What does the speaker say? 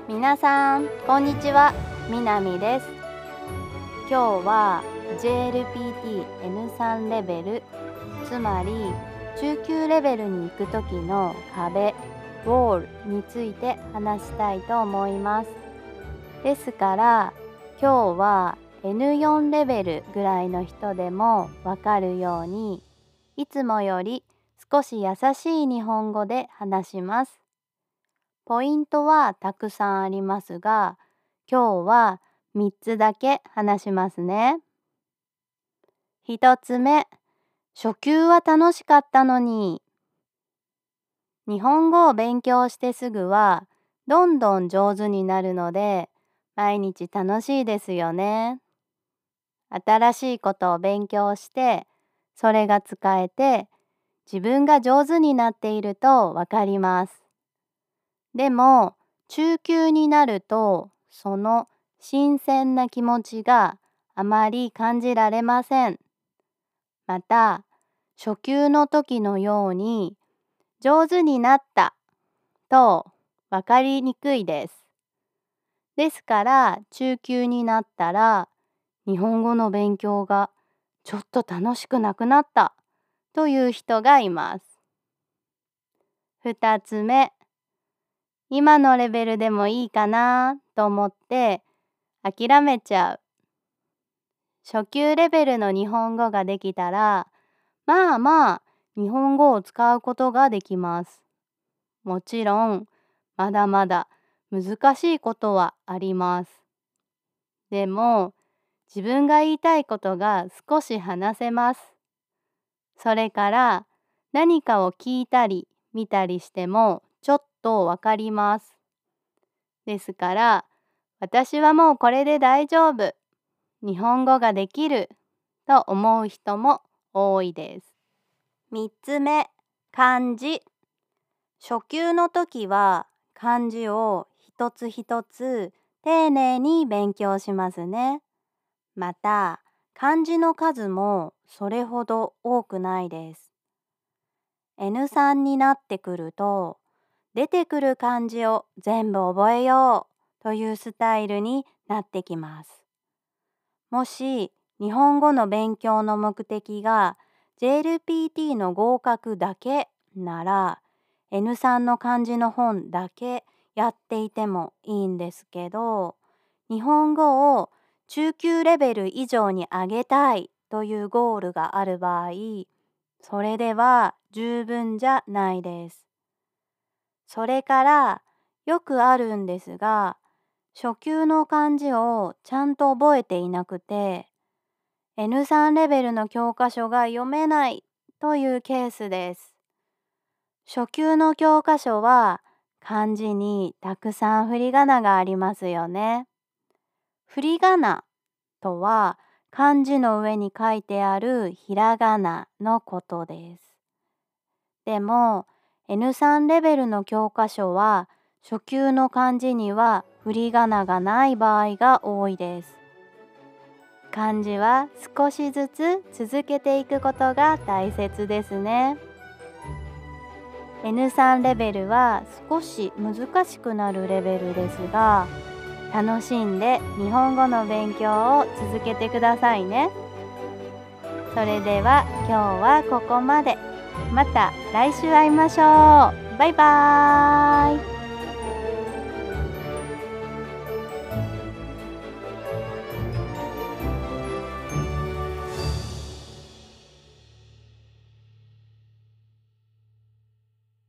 皆さんこんにちは、みなみです。今日は JLPT N3 レベル、つまり中級レベルに行く時の壁、ウォールについて話したいと思います。ですから今日は N4 レベルぐらいの人でもわかるように、いつもより少し優しい日本語で話します。ポイントはたくさんありますが、今日は3つだけ話しますね。1つ目、初級は楽しかったのに。日本語を勉強してすぐはどんどん上手になるので、毎日楽しいですよね。新しいことを勉強して、それが使えて、自分が上手になっているとわかります。でも、中級になると、その新鮮な気持ちがあまり感じられません。また、初級の時のように、上手になったと分かりにくいです。ですから、中級になったら、日本語の勉強がちょっと楽しくなくなったという人がいます。2つ目、今のレベルでもいいかなと思って諦めちゃう。初級レベルの日本語ができたら、まあまあ日本語を使うことができます。もちろん、まだまだ難しいことはあります。でも、自分が言いたいことが少し話せます。それから何かを聞いたり見たりしてもちょっとわかります。ですから、私はもうこれで大丈夫、日本語ができると思う人も多いです。3つ目、漢字。初級の時は漢字を一つ一つ丁寧に勉強しますね。また、漢字の数もそれほど多くないです。N3 になってくると、出てくる漢字を全部覚えようというスタイルになってきます。もし日本語の勉強の目的が JLPT の合格だけなら、N3 の漢字の本だけやっていてもいいんですけど、日本語を中級レベル以上に上げたいというゴールがある場合、それでは十分じゃないです。それからよくあるんですが、初級の漢字をちゃんと覚えていなくて、N3 レベルの教科書が読めないというケースです。初級の教科書は漢字にたくさん振り仮名がありますよね。振り仮名とは漢字の上に書いてあるひらがなのことです。でも N3 レベルの教科書は初級の漢字には振り仮名がない場合が多いです。漢字は少しずつ続けていくことが大切ですね。N3 レベルは少し難しくなるレベルですが、楽しんで日本語の勉強を続けてくださいね。それでは今日はここまで。また来週会いましょう。バイバーイ。